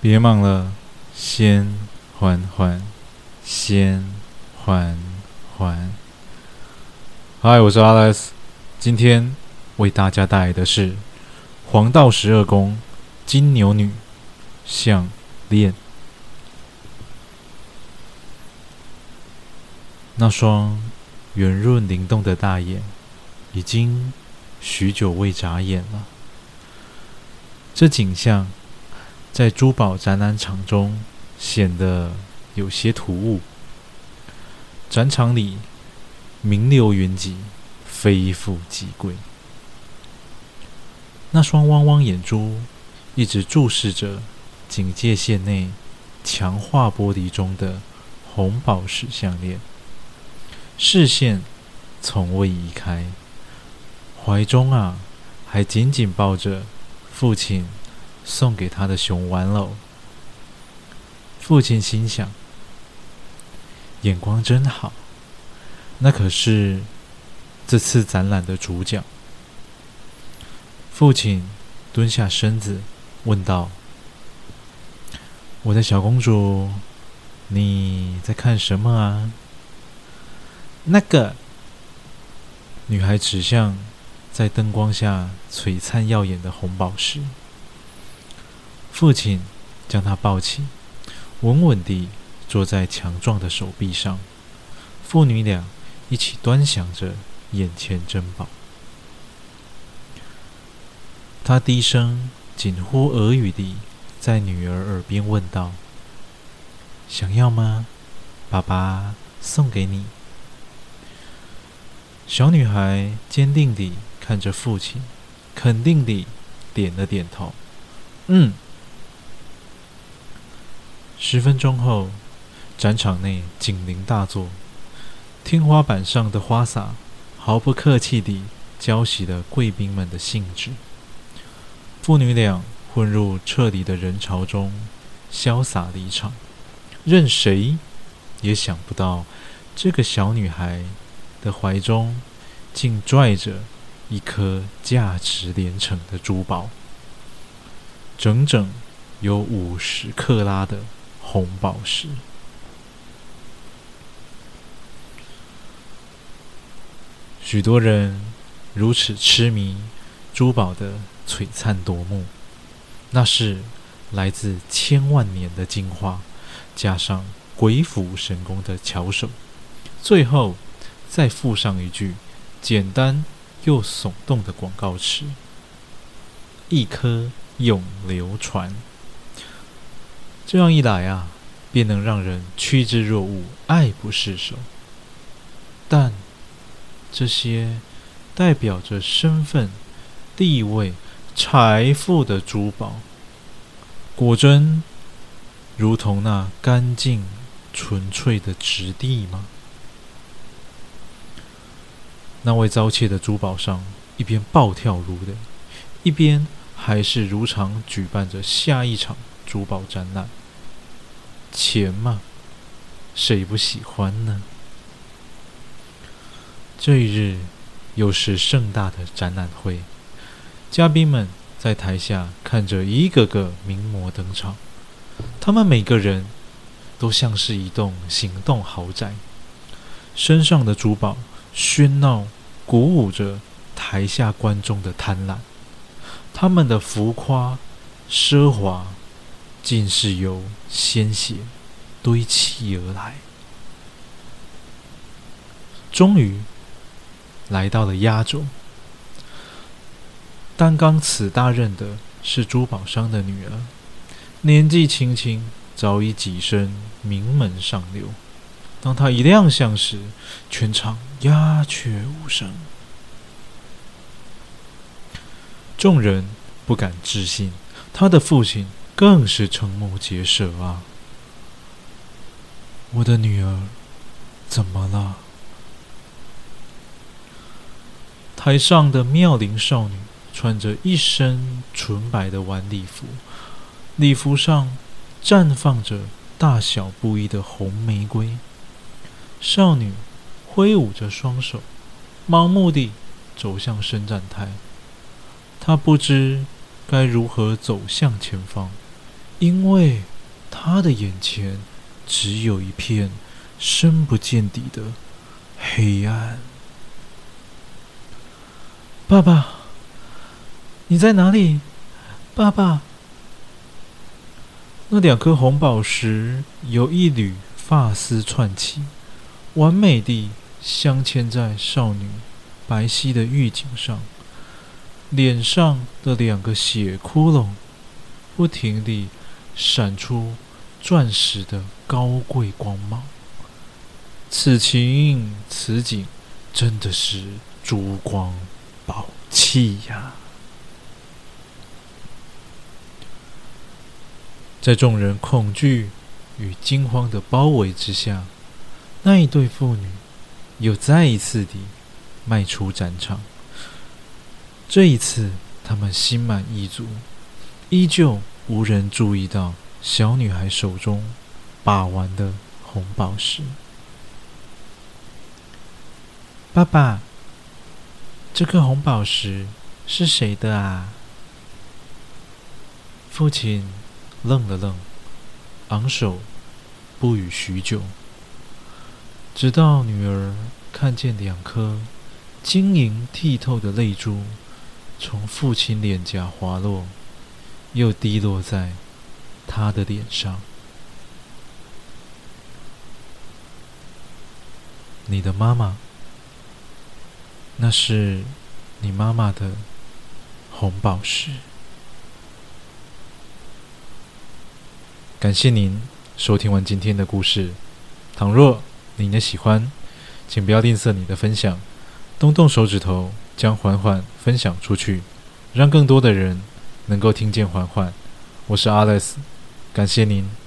别忙了，先缓缓，先缓缓。嗨，我是 Alex，今天为大家带来的是黄道12宫金牛女项链。那双圆润灵动的大眼，已经许久未眨眼了。这景象在珠宝展览场中显得有些突兀。展场里名流云集，非富即贵。那双汪汪眼珠一直注视着警戒线内强化玻璃中的红宝石项链，视线从未移开，怀中还紧紧抱着父亲送给他的熊玩偶。父亲心想，眼光真好，那可是这次展览的主角。父亲蹲下身子问道：我的小公主，你在看什么啊？那个女孩指向在灯光下璀璨耀眼的红宝石。父亲将她抱起，稳稳地坐在强壮的手臂上。父女俩一起端详着眼前珍宝。他低声近乎耳语地在女儿耳边问道：想要吗？爸爸送给你。小女孩坚定地看着父亲，肯定地点了点头。10分钟后，展场内警铃大作，天花板上的花洒毫不客气地浇熄了贵宾们的兴致。父女俩混入彻底的人潮中，潇洒离场。任谁也想不到，这个小女孩的怀中竟拽着一颗价值连城的珠宝，整整有50克拉的红宝石。许多人如此痴迷珠宝的璀璨夺目，那是来自千万年的精华，加上鬼斧神工的巧手，最后再附上一句简单又耸动的广告词：一颗永流传。这样一来便能让人趋之若鹜，爱不释手。但这些代表着身份、地位、财富的珠宝，果真如同那干净纯粹的质地吗？那位遭窃的珠宝商一边暴跳如雷，一边还是如常举办着下一场珠宝展览。钱嘛，谁不喜欢呢？这一日又是盛大的展览会，嘉宾们在台下看着一个个名模登场，他们每个人都像是一栋行动豪宅，身上的珠宝喧闹鼓舞着台下观众的贪婪，他们的浮夸奢华竟是由鲜血堆砌而来。终于来到了压轴，担纲此大任的是珠宝商的女儿，年纪轻轻早已跻身名门上流。当她一亮相时，全场鸦雀无声，众人不敢置信，她的父亲更是瞠目结舌我的女儿怎么了？台上的妙龄少女穿着一身纯白的晚礼服，礼服上绽放着大小不一的红玫瑰。少女挥舞着双手，盲目地走向伸展台。她不知该如何走向前方， 因为他的眼前只有一片深不见底的黑暗。爸爸，你在哪里？爸爸！那2颗红宝石由一缕发丝串起，完美地镶嵌在少女白皙的玉颈上，脸上的2个血窟窿不停地闪出钻石的高贵光芒。此情此景，真的是珠光宝气呀！在众人恐惧与惊慌的包围之下，那一对父女又再一次地迈出战场。这一次，他们心满意足，依旧无人注意到小女孩手中把玩的红宝石。爸爸，这颗红宝石是谁的啊？父亲愣了愣，昂首不语许久，直到女儿看见2颗晶莹剔透的泪珠从父亲脸颊滑落，又滴落在他的脸上。你的妈妈，那是你妈妈的红宝石。感谢您收听完今天的故事。倘若您也喜欢，请不要吝啬你的分享，动动手指头将缓缓分享出去，让更多的人能够听见缓缓。我是 Alex，感谢您。